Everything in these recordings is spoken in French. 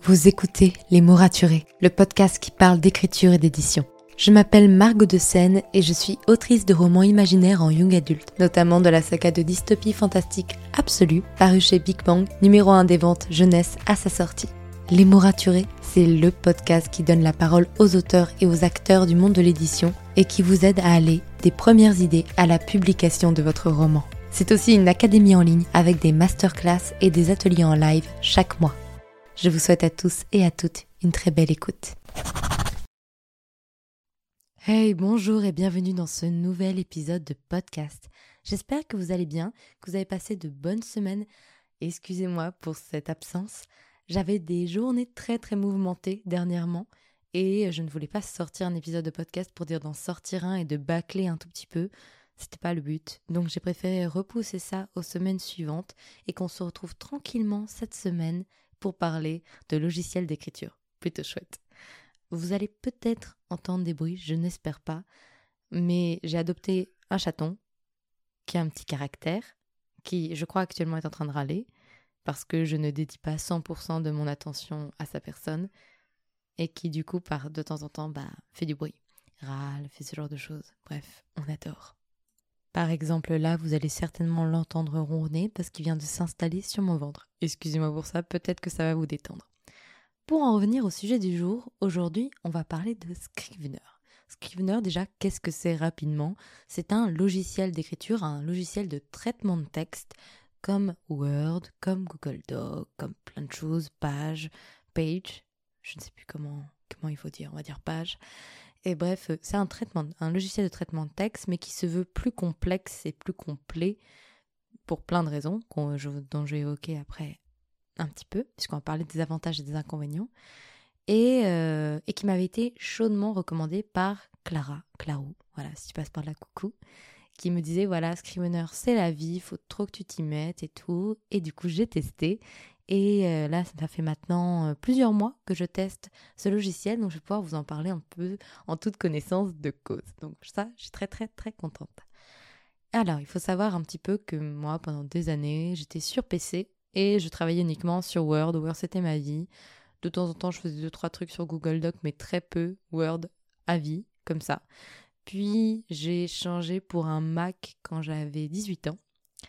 Vous écoutez Les mots raturés, le podcast qui parle d'écriture et d'édition. Je m'appelle Margot de Seine et je suis autrice de romans imaginaires en young adulte, notamment de la saga de dystopie fantastique Absolue, parue chez Big Bang, numéro 1 des ventes jeunesse à sa sortie. Les mots raturés, c'est le podcast qui donne la parole aux auteurs et aux acteurs du monde de l'édition et qui vous aide à aller des premières idées à la publication de votre roman. C'est aussi une académie en ligne avec des masterclass et des ateliers en live chaque mois. Je vous souhaite à tous et à toutes une très belle écoute. Hey, bonjour et bienvenue dans ce nouvel épisode de podcast. J'espère que vous allez bien, que vous avez passé de bonnes semaines. Excusez-moi pour cette absence. J'avais des journées très mouvementées dernièrement et je ne voulais pas sortir un épisode de podcast pour dire d'en sortir un et de bâcler un tout petit peu. C'était pas le but. Donc j'ai préféré repousser ça aux semaines suivantes et qu'on se retrouve tranquillement cette semaine pour parler de logiciels d'écriture. Plutôt chouette. Vous allez peut-être entendre des bruits, je n'espère pas, mais j'ai adopté un chaton qui a un petit caractère, qui je crois actuellement est en train de râler, parce que je ne dédie pas 100% de mon attention à sa personne, et qui du coup, de temps en temps, fait du bruit, râle, fait ce genre de choses. Bref, on adore. Par exemple, là, vous allez certainement l'entendre ronronner parce qu'il vient de s'installer sur mon ventre. Excusez-moi pour ça, peut-être que ça va vous détendre. Pour en revenir au sujet du jour, aujourd'hui, on va parler de Scrivener. Scrivener, déjà, qu'est-ce que c'est rapidement ? C'est un logiciel d'écriture, un logiciel de traitement de texte, comme Word, comme Google Doc, comme plein de choses, Page, je ne sais plus comment il faut dire, on va dire Page. Et bref, c'est un logiciel de traitement de texte, mais qui se veut plus complexe et plus complet pour plein de raisons dont je vais évoquer après un petit peu, puisqu'on va parler des avantages et des inconvénients, et qui m'avait été chaudement recommandé par Clarou, voilà, si tu passes par là, coucou, qui me disait, voilà, Scrivener, c'est la vie, faut trop que tu t'y mettes et tout, et du coup, j'ai testé, et là, ça fait maintenant plusieurs mois que je teste ce logiciel, donc je vais pouvoir vous en parler un peu en toute connaissance de cause. Donc ça, je suis très contente. Alors, il faut savoir un petit peu que moi, pendant des années, j'étais sur PC et je travaillais uniquement sur Word. Word, c'était ma vie. De temps en temps, je faisais 2-3 trucs sur Google Doc, mais très peu Word à vie, comme ça. Puis, j'ai changé pour un Mac quand j'avais 18 ans.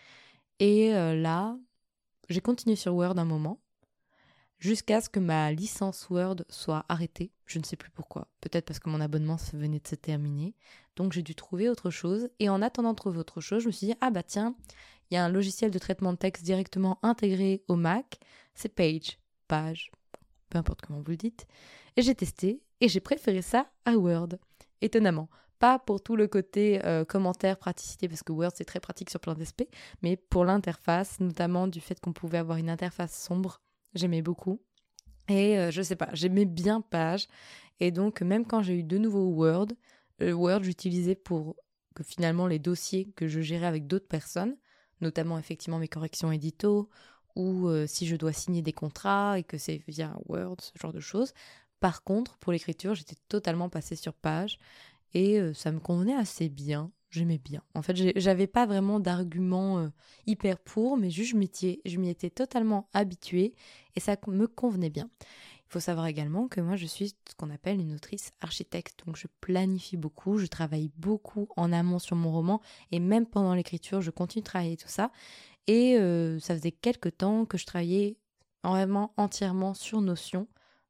Et là, j'ai continué sur Word un moment, jusqu'à ce que ma licence Word soit arrêtée. Je ne sais plus pourquoi. Peut-être parce que mon abonnement venait de se terminer. Donc j'ai dû trouver autre chose. Et en attendant de trouver autre chose, je me suis dit, tiens, il y a un logiciel de traitement de texte directement intégré au Mac. C'est Page, peu importe comment vous le dites. Et j'ai testé et j'ai préféré ça à Word. Étonnamment. Pas pour tout le côté commentaire, praticité, parce que Word c'est très pratique sur plein d'aspects, mais pour l'interface, notamment du fait qu'on pouvait avoir une interface sombre, j'aimais beaucoup. Et je sais pas, j'aimais bien Page. Et donc, même quand j'ai eu de nouveau Word, Word j'utilisais pour que finalement les dossiers que je gérais avec d'autres personnes, notamment effectivement mes corrections édito, ou si je dois signer des contrats et que c'est via Word, ce genre de choses. Par contre, pour l'écriture, j'étais totalement passée sur Page. Et ça me convenait assez bien, j'aimais bien. En fait, j'avais pas vraiment d'arguments hyper pour, mais juste je m'y étais totalement habituée et ça me convenait bien. Il faut savoir également que moi, je suis ce qu'on appelle une autrice architecte, donc je planifie beaucoup, je travaille beaucoup en amont sur mon roman et même pendant l'écriture, je continue de travailler tout ça. Et ça faisait quelques temps que je travaillais vraiment entièrement sur Notion.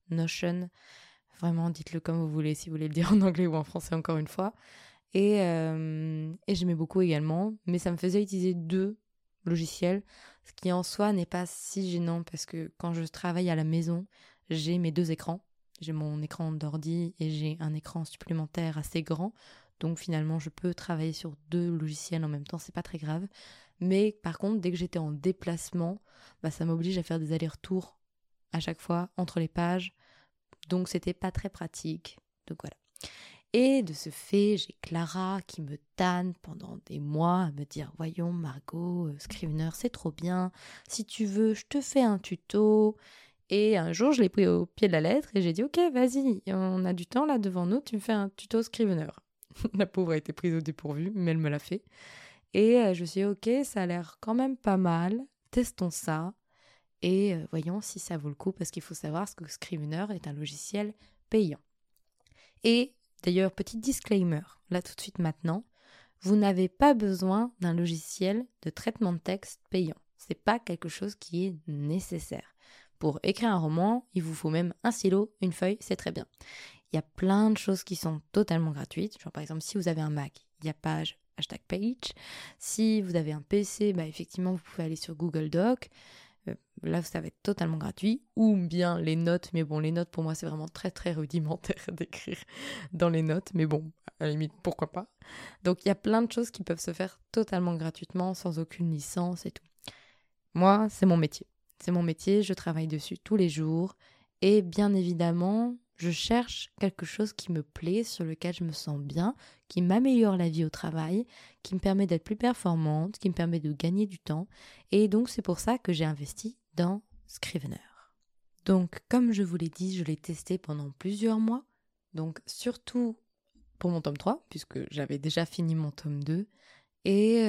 Vraiment, dites-le comme vous voulez, si vous voulez le dire en anglais ou en français encore une fois. Et j'aimais beaucoup également, mais ça me faisait utiliser 2 logiciels, ce qui en soi n'est pas si gênant parce que quand je travaille à la maison, j'ai mes 2 écrans. J'ai mon écran d'ordi et j'ai un écran supplémentaire assez grand. Donc finalement, je peux travailler sur 2 logiciels en même temps, c'est pas très grave. Mais par contre, dès que j'étais en déplacement, ça m'oblige à faire des allers-retours à chaque fois entre les pages. Donc c'était pas très pratique. Donc voilà. Et de ce fait, j'ai Clara qui me tanne pendant des mois à me dire « Voyons Margot, Scrivener c'est trop bien. Si tu veux, je te fais un tuto. » Et un jour, je l'ai pris au pied de la lettre et j'ai dit « Ok, vas-y, on a du temps là devant nous, tu me fais un tuto Scrivener. » La pauvre a été prise au dépourvu, mais elle me l'a fait. Et je me suis dit « Ok, ça a l'air quand même pas mal. Testons ça. » et voyons si ça vaut le coup, parce qu'il faut savoir que Scrivener est un logiciel payant. Et d'ailleurs, petit disclaimer, là tout de suite maintenant, vous n'avez pas besoin d'un logiciel de traitement de texte payant. Ce n'est pas quelque chose qui est nécessaire. Pour écrire un roman, il vous faut même un stylo, une feuille, c'est très bien. Il y a plein de choses qui sont totalement gratuites. Genre par exemple, si vous avez un Mac, il y a Page, #page. Si vous avez un PC, effectivement, vous pouvez aller sur Google Doc. Là, ça va être totalement gratuit. Ou bien les notes. Mais bon, les notes, pour moi, c'est vraiment très, très rudimentaire d'écrire dans les notes. Mais bon, à la limite, pourquoi pas. Donc, il y a plein de choses qui peuvent se faire totalement gratuitement, sans aucune licence et tout. Moi, c'est mon métier. C'est mon métier, je travaille dessus tous les jours. Et bien évidemment, je cherche quelque chose qui me plaît, sur lequel je me sens bien, qui m'améliore la vie au travail, qui me permet d'être plus performante, qui me permet de gagner du temps. Et donc, c'est pour ça que j'ai investi dans Scrivener. Donc, comme je vous l'ai dit, je l'ai testé pendant plusieurs mois. Donc, surtout pour mon tome 3, puisque j'avais déjà fini mon tome 2. Et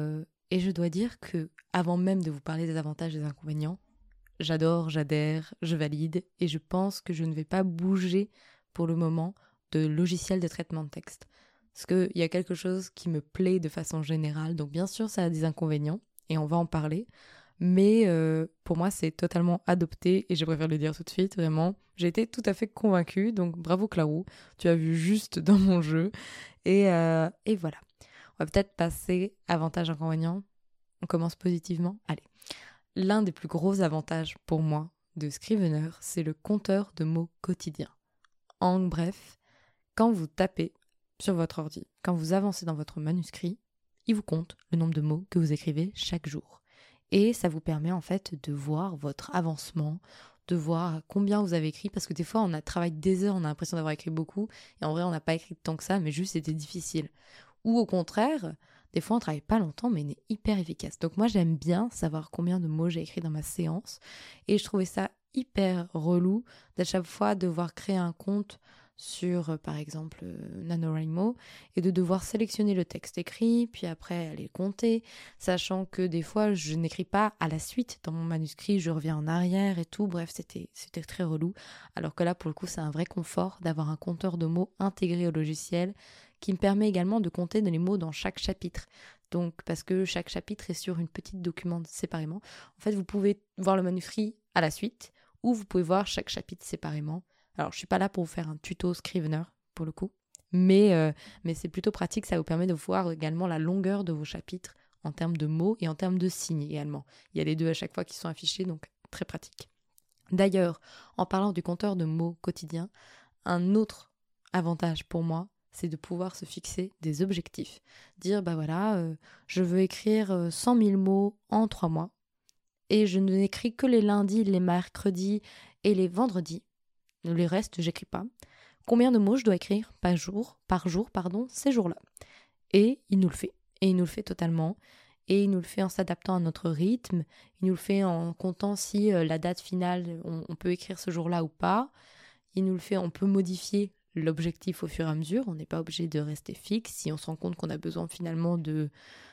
je dois dire que, avant même de vous parler des avantages et des inconvénients, j'adore, j'adhère, je valide et je pense que je ne vais pas bouger pour le moment de logiciel de traitement de texte. Parce qu'il y a quelque chose qui me plaît de façon générale. Donc bien sûr, ça a des inconvénients et on va en parler. Mais pour moi, c'est totalement adopté et je préfère le dire tout de suite, vraiment. J'ai été tout à fait convaincue, donc bravo Clarou, tu as vu juste dans mon jeu. Et voilà. On va peut-être passer avantages-inconvénients. On commence positivement. Allez. L'un des plus gros avantages pour moi de Scrivener, c'est le compteur de mots quotidiens. En bref, quand vous tapez sur votre ordi, quand vous avancez dans votre manuscrit, il vous compte le nombre de mots que vous écrivez chaque jour. Et ça vous permet en fait de voir votre avancement, de voir combien vous avez écrit, parce que des fois on a travaillé des heures, on a l'impression d'avoir écrit beaucoup, et en vrai on n'a pas écrit tant que ça, mais juste c'était difficile. Ou au contraire, des fois on travaille pas longtemps, mais on est hyper efficace. Donc moi j'aime bien savoir combien de mots j'ai écrit dans ma séance, et je trouvais ça hyper relou d'à chaque fois devoir créer un compte sur, par exemple, NaNoWriMo, et de devoir sélectionner le texte écrit, puis après aller compter, sachant que des fois, je n'écris pas à la suite dans mon manuscrit, je reviens en arrière et tout, bref, c'était très relou. Alors que là, pour le coup, c'est un vrai confort d'avoir un compteur de mots intégré au logiciel, qui me permet également de compter les mots dans chaque chapitre. Donc, parce que chaque chapitre est sur une petite document séparément. En fait, vous pouvez voir le manuscrit à la suite, ou vous pouvez voir chaque chapitre séparément. Alors, je suis pas là pour vous faire un tuto Scrivener, pour le coup, mais c'est plutôt pratique, ça vous permet de voir également la longueur de vos chapitres en termes de mots et en termes de signes également. Il y a les deux à chaque fois qui sont affichés, donc très pratique. D'ailleurs, en parlant du compteur de mots quotidien, un autre avantage pour moi, c'est de pouvoir se fixer des objectifs. Dire, je veux écrire 100 000 mots en 3 mois, et je n'écris que les lundis, les mercredis et les vendredis. Les restes, j'écris pas. Combien de mots je dois écrire par jour, ces jours-là. Et il nous le fait. Et il nous le fait totalement. Et il nous le fait en s'adaptant à notre rythme. Il nous le fait en comptant si la date finale, on peut écrire ce jour-là ou pas. Il nous le fait, on peut modifier l'objectif au fur et à mesure. On n'est pas obligé de rester fixe. Si on se rend compte qu'on a besoin finalement de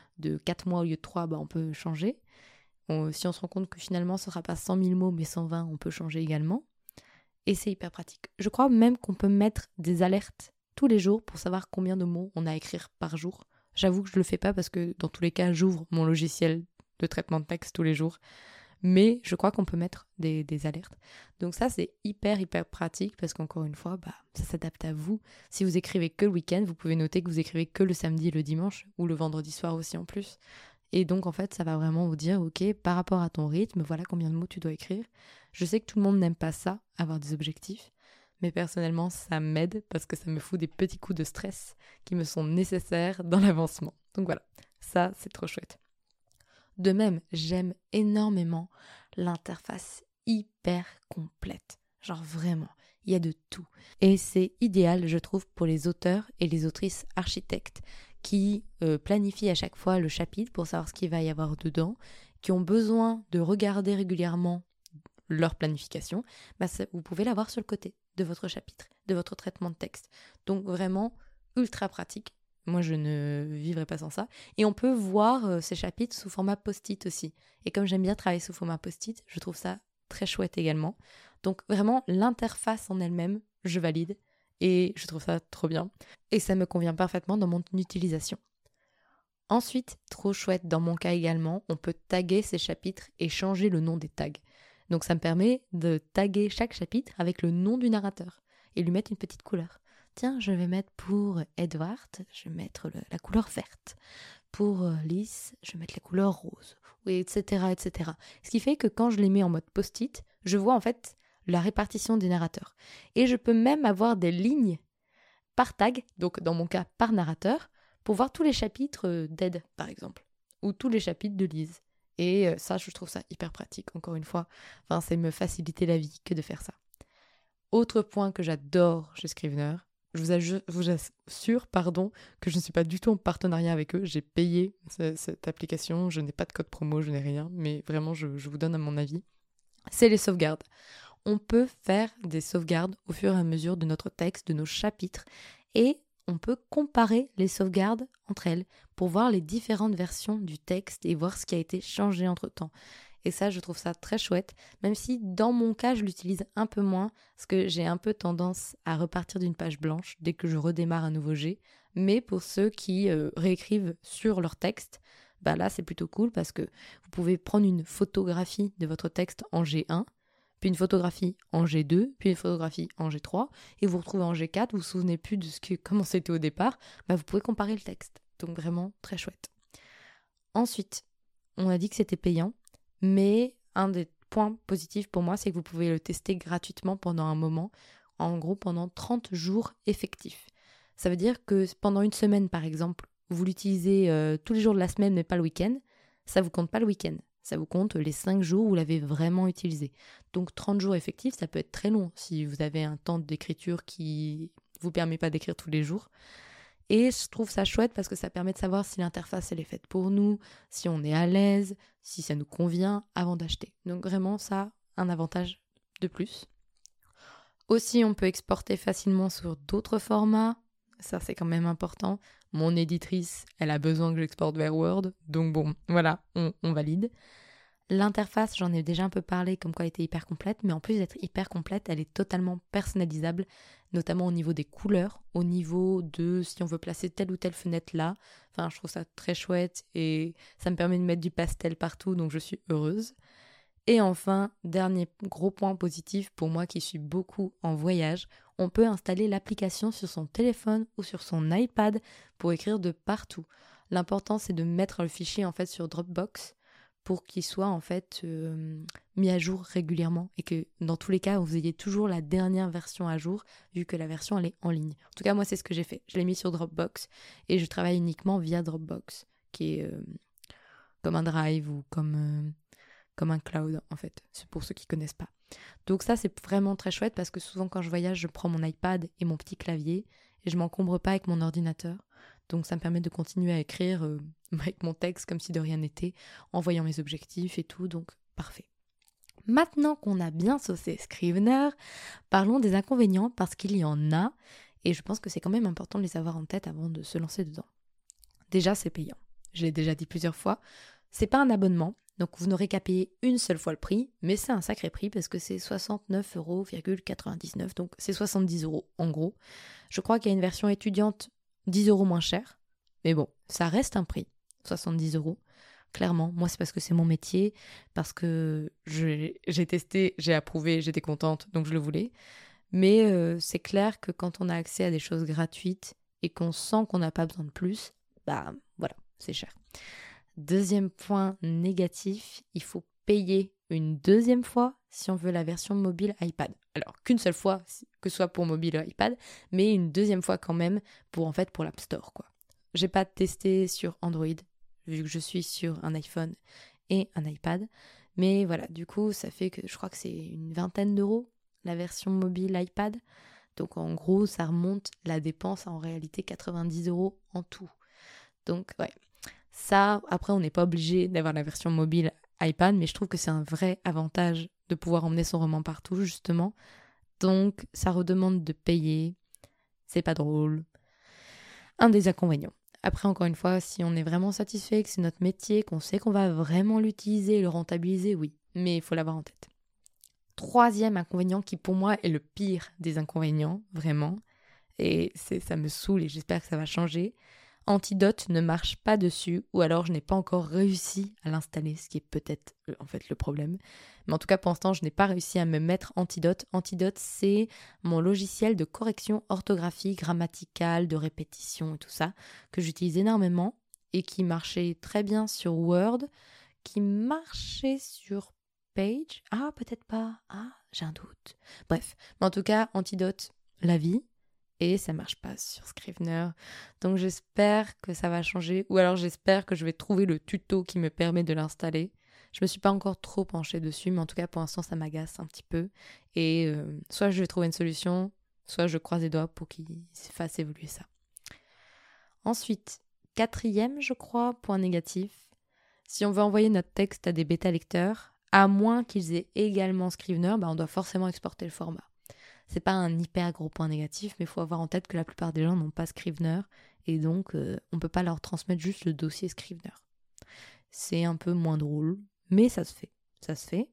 4 mois au lieu de 3, on peut changer. Si on se rend compte que finalement ce ne sera pas 100 000 mots mais 120, on peut changer également. Et c'est hyper pratique. Je crois même qu'on peut mettre des alertes tous les jours pour savoir combien de mots on a à écrire par jour. J'avoue que je ne le fais pas parce que dans tous les cas, j'ouvre mon logiciel de traitement de texte tous les jours. Mais je crois qu'on peut mettre des alertes. Donc ça, c'est hyper pratique parce qu'encore une fois, ça s'adapte à vous. Si vous écrivez que le week-end, vous pouvez noter que vous écrivez que le samedi et le dimanche ou le vendredi soir aussi en plus. Et donc, en fait, ça va vraiment vous dire, ok, par rapport à ton rythme, voilà combien de mots tu dois écrire. Je sais que tout le monde n'aime pas ça, avoir des objectifs, mais personnellement, ça m'aide parce que ça me fout des petits coups de stress qui me sont nécessaires dans l'avancement. Donc voilà, ça, c'est trop chouette. De même, j'aime énormément l'interface hyper complète. Genre vraiment, il y a de tout. Et c'est idéal, je trouve, pour les auteurs et les autrices architectes qui planifient à chaque fois le chapitre pour savoir ce qu'il va y avoir dedans, qui ont besoin de regarder régulièrement leur planification, vous pouvez l'avoir sur le côté de votre chapitre, de votre traitement de texte. Donc vraiment ultra pratique. Moi, je ne vivrais pas sans ça. Et on peut voir ces chapitres sous format post-it aussi. Et comme j'aime bien travailler sous format post-it, je trouve ça très chouette également. Donc vraiment, l'interface en elle-même, je valide. Et je trouve ça trop bien. Et ça me convient parfaitement dans mon utilisation. Ensuite, trop chouette dans mon cas également, on peut taguer ces chapitres et changer le nom des tags. Donc ça me permet de taguer chaque chapitre avec le nom du narrateur et lui mettre une petite couleur. Tiens, je vais mettre pour Edward, je vais mettre la couleur verte. Pour Lys, je vais mettre la couleur rose, oui, etc., etc. Ce qui fait que quand je les mets en mode post-it, je vois en fait la répartition des narrateurs. Et je peux même avoir des lignes par tag, donc dans mon cas par narrateur, pour voir tous les chapitres d'Ed, par exemple, ou tous les chapitres de Lise. Et ça, je trouve ça hyper pratique, encore une fois. Enfin, c'est me faciliter la vie que de faire ça. Autre point que j'adore chez Scrivener, je vous assure que je ne suis pas du tout en partenariat avec eux. J'ai payé cette application, je n'ai pas de code promo, je n'ai rien, mais vraiment, je vous donne à mon avis. C'est les sauvegardes. On peut faire des sauvegardes au fur et à mesure de notre texte, de nos chapitres, et on peut comparer les sauvegardes entre elles pour voir les différentes versions du texte et voir ce qui a été changé entre-temps. Et ça, je trouve ça très chouette, même si dans mon cas, je l'utilise un peu moins, parce que j'ai un peu tendance à repartir d'une page blanche dès que je redémarre un nouveau jet. Mais pour ceux qui réécrivent sur leur texte, bah là, c'est plutôt cool parce que vous pouvez prendre une photographie de votre texte en G1, puis une photographie en G2, puis une photographie en G3, et vous vous retrouvez en G4, vous vous souvenez plus de comment c'était au départ, bah vous pouvez comparer le texte. Donc vraiment très chouette. Ensuite, on a dit que c'était payant, mais un des points positifs pour moi, c'est que vous pouvez le tester gratuitement pendant un moment, en gros pendant 30 jours effectifs. Ça veut dire que pendant une semaine, par exemple, vous l'utilisez tous les jours de la semaine, mais pas le week-end, ça vous compte pas le week-end. Ça vous compte les 5 jours où vous l'avez vraiment utilisé. Donc 30 jours effectifs, ça peut être très long si vous avez un temps d'écriture qui ne vous permet pas d'écrire tous les jours. Et je trouve ça chouette parce que ça permet de savoir si l'interface elle est faite pour nous, si on est à l'aise, si ça nous convient avant d'acheter. Donc vraiment ça, un avantage de plus. Aussi, on peut exporter facilement sur d'autres formats. Ça, c'est quand même important. Mon éditrice, elle a besoin que j'exporte vers Word. Donc bon, voilà, on valide. L'interface, j'en ai déjà un peu parlé, comme quoi elle était hyper complète. Mais en plus d'être hyper complète, elle est totalement personnalisable, notamment au niveau des couleurs, au niveau de si on veut placer telle ou telle fenêtre là. Enfin, je trouve ça très chouette et ça me permet de mettre du pastel partout, donc je suis heureuse. Et enfin, dernier gros point positif pour moi qui suis beaucoup en voyage, on peut installer l'application sur son téléphone ou sur son iPad pour écrire de partout. L'important c'est de mettre le fichier en fait sur Dropbox pour qu'il soit en fait mis à jour régulièrement et que dans tous les cas vous ayez toujours la dernière version à jour vu que la version elle est en ligne. En tout cas moi c'est ce que j'ai fait, je l'ai mis sur Dropbox et je travaille uniquement via Dropbox qui est comme un Drive ou comme un cloud en fait, c'est pour ceux qui connaissent pas. Donc ça c'est vraiment très chouette parce que souvent quand je voyage je prends mon iPad et mon petit clavier et je m'encombre pas avec mon ordinateur, donc ça me permet de continuer à écrire avec mon texte comme si de rien n'était, en voyant mes objectifs et tout, donc parfait. Maintenant qu'on a bien saucé Scrivener, parlons des inconvénients parce qu'il y en a et je pense que c'est quand même important de les avoir en tête avant de se lancer dedans. Déjà c'est payant, je l'ai déjà dit plusieurs fois, c'est pas un abonnement. Donc vous n'aurez qu'à payer une seule fois le prix, mais c'est un sacré prix parce que c'est 69,99 €, donc c'est 70 € en gros. Je crois qu'il y a une version étudiante 10 € moins chère, mais bon, ça reste un prix, 70 €. Clairement, moi c'est parce que c'est mon métier, parce que j'ai testé, j'ai approuvé, j'étais contente, donc je le voulais. Mais c'est clair que quand on a accès à des choses gratuites et qu'on sent qu'on n'a pas besoin de plus, bah voilà, c'est cher. Deuxième point négatif, il faut payer une deuxième fois si on veut la version mobile iPad. Alors qu'une seule fois, que ce soit pour mobile ou iPad, mais une deuxième fois quand même pour l'App Store, quoi. J'ai pas testé sur Android, vu que je suis sur un iPhone et un iPad. Mais voilà, du coup, ça fait que je crois que c'est une vingtaine d'euros la version mobile iPad. Donc en gros, ça remonte la dépense à en réalité 90 € en tout. Donc ouais. Ça, après, on n'est pas obligé d'avoir la version mobile iPad, mais je trouve que c'est un vrai avantage de pouvoir emmener son roman partout, justement. Donc, ça redemande de payer. C'est pas drôle. Un des inconvénients. Après, encore une fois, si on est vraiment satisfait, que c'est notre métier, qu'on sait qu'on va vraiment l'utiliser, le rentabiliser, oui. Mais il faut l'avoir en tête. Troisième inconvénient qui pour moi est le pire des inconvénients, vraiment. Et ça me saoule et j'espère que ça va changer. Antidote ne marche pas dessus, ou alors je n'ai pas encore réussi à l'installer, ce qui est peut-être en fait le problème. Mais en tout cas, pour l'instant, je n'ai pas réussi à me mettre Antidote. Antidote, c'est mon logiciel de correction orthographique, grammaticale, de répétition et tout ça, que j'utilise énormément et qui marchait très bien sur Word, qui marchait sur Page. Ah, peut-être pas. Ah, j'ai un doute. Bref, mais en tout cas, Antidote, la vie. Et ça marche pas sur Scrivener. Donc j'espère que ça va changer. Ou alors j'espère que je vais trouver le tuto qui me permet de l'installer. Je me suis pas encore trop penchée dessus, mais en tout cas pour l'instant ça m'agace un petit peu. Et soit je vais trouver une solution, soit je croise les doigts pour qu'il fasse évoluer ça. Ensuite, quatrième, je crois, point négatif. Si on veut envoyer notre texte à des bêta-lecteurs, à moins qu'ils aient également Scrivener, on doit forcément exporter le format. C'est pas un hyper gros point négatif, mais il faut avoir en tête que la plupart des gens n'ont pas Scrivener et donc on peut pas leur transmettre juste le dossier Scrivener. C'est un peu moins drôle, mais ça se fait. Ça se fait.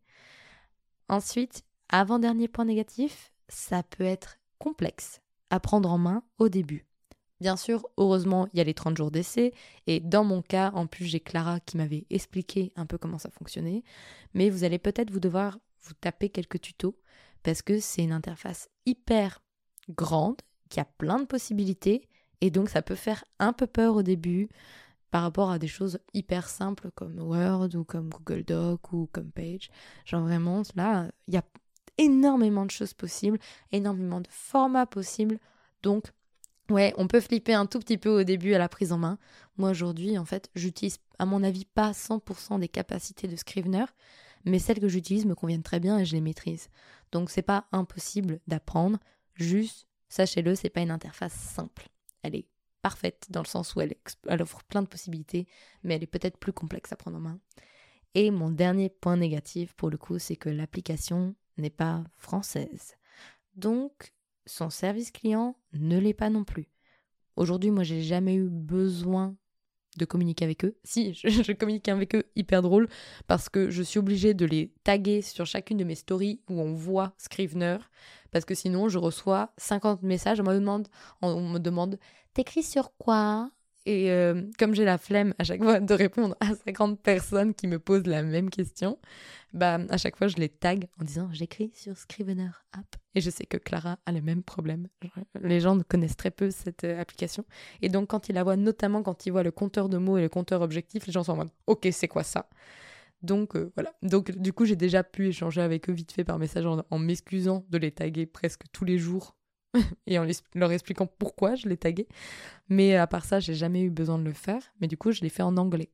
Ensuite, avant-dernier point négatif, ça peut être complexe à prendre en main au début. Bien sûr, heureusement, il y a les 30 jours d'essai, et dans mon cas, en plus, j'ai Clara qui m'avait expliqué un peu comment ça fonctionnait, mais vous allez peut-être devoir vous taper quelques tutos, parce que c'est une interface hyper grande, qui a plein de possibilités, et donc ça peut faire un peu peur au début, par rapport à des choses hyper simples comme Word, ou comme Google Doc, ou comme Page. Genre vraiment, là, il y a énormément de choses possibles, énormément de formats possibles, donc ouais, on peut flipper un tout petit peu au début à la prise en main. Moi aujourd'hui, en fait, j'utilise à mon avis pas 100% des capacités de Scrivener, mais celles que j'utilise me conviennent très bien et je les maîtrise. Donc c'est pas impossible d'apprendre, juste sachez-le, c'est pas une interface simple. Elle est parfaite dans le sens où elle offre plein de possibilités, mais elle est peut-être plus complexe à prendre en main. Et mon dernier point négatif pour le coup, c'est que l'application n'est pas française. Donc son service client ne l'est pas non plus. Aujourd'hui, moi, j'ai jamais eu besoin de communiquer avec eux. Si, je communique avec eux, hyper drôle, parce que je suis obligée de les taguer sur chacune de mes stories où on voit Scrivener, parce que sinon, je reçois 50 messages, on me demande « T'écris sur quoi ?» Et comme j'ai la flemme à chaque fois de répondre à 50 personnes qui me posent la même question, à chaque fois je les tag en disant j'écris sur Scrivener app. Et je sais que Clara a le même problème. Les gens connaissent très peu cette application. Et donc quand ils la voient, notamment quand ils voient le compteur de mots et le compteur objectif, les gens sont en mode ok, c'est quoi ça ? Donc voilà. Donc du coup j'ai déjà pu échanger avec eux vite fait par message en m'excusant de les taguer presque tous les jours et en leur expliquant pourquoi je les taguais. Mais à part ça, j'ai jamais eu besoin de le faire. Mais du coup, je l'ai fait en anglais.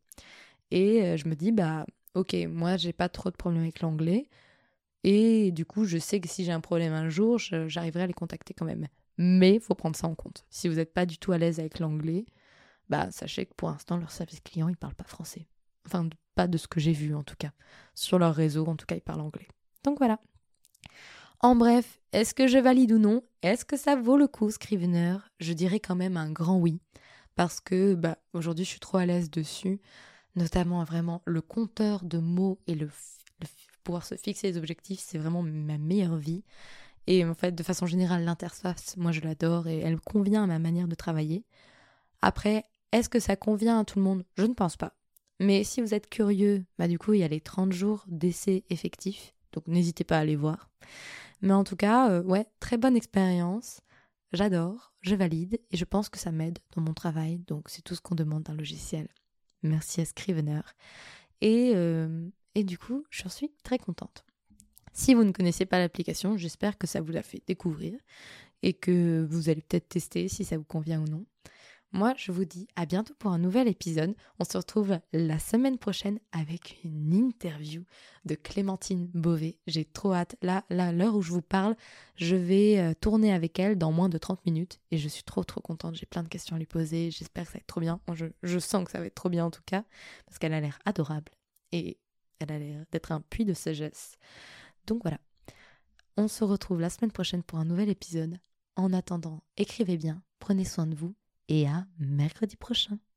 Et je me dis, ok, moi, j'ai pas trop de problèmes avec l'anglais. Et du coup, je sais que si j'ai un problème un jour, j'arriverai à les contacter quand même. Mais il faut prendre ça en compte. Si vous n'êtes pas du tout à l'aise avec l'anglais, sachez que pour l'instant, leur service client, ils parlent pas français. Enfin, pas de ce que j'ai vu, en tout cas. Sur leur réseau, en tout cas, ils parlent anglais. Donc voilà. En bref, est-ce que je valide ou non ? Est-ce que ça vaut le coup, Scrivener ? Je dirais quand même un grand oui. Parce que aujourd'hui, je suis trop à l'aise dessus. Notamment, vraiment, le compteur de mots et le pouvoir se fixer des objectifs, c'est vraiment ma meilleure vie. Et en fait, de façon générale, l'interface, moi, je l'adore et elle convient à ma manière de travailler. Après, est-ce que ça convient à tout le monde ? Je ne pense pas. Mais si vous êtes curieux, du coup, il y a les 30 jours d'essai effectif. Donc, n'hésitez pas à aller voir. Mais en tout cas, très bonne expérience. J'adore, je valide et je pense que ça m'aide dans mon travail. Donc, c'est tout ce qu'on demande d'un logiciel. Merci à Scrivener. Et du coup, je suis très contente. Si vous ne connaissez pas l'application, j'espère que ça vous l'a fait découvrir et que vous allez peut-être tester si ça vous convient ou non. Moi, je vous dis à bientôt pour un nouvel épisode. On se retrouve la semaine prochaine avec une interview de Clémentine Beauvais. J'ai trop hâte. Là, l'heure où je vous parle, je vais tourner avec elle dans moins de 30 minutes et je suis trop contente. J'ai plein de questions à lui poser. J'espère que ça va être trop bien. Je sens que ça va être trop bien en tout cas parce qu'elle a l'air adorable et elle a l'air d'être un puits de sagesse. Donc voilà. On se retrouve la semaine prochaine pour un nouvel épisode. En attendant, écrivez bien, prenez soin de vous. et à mercredi prochain.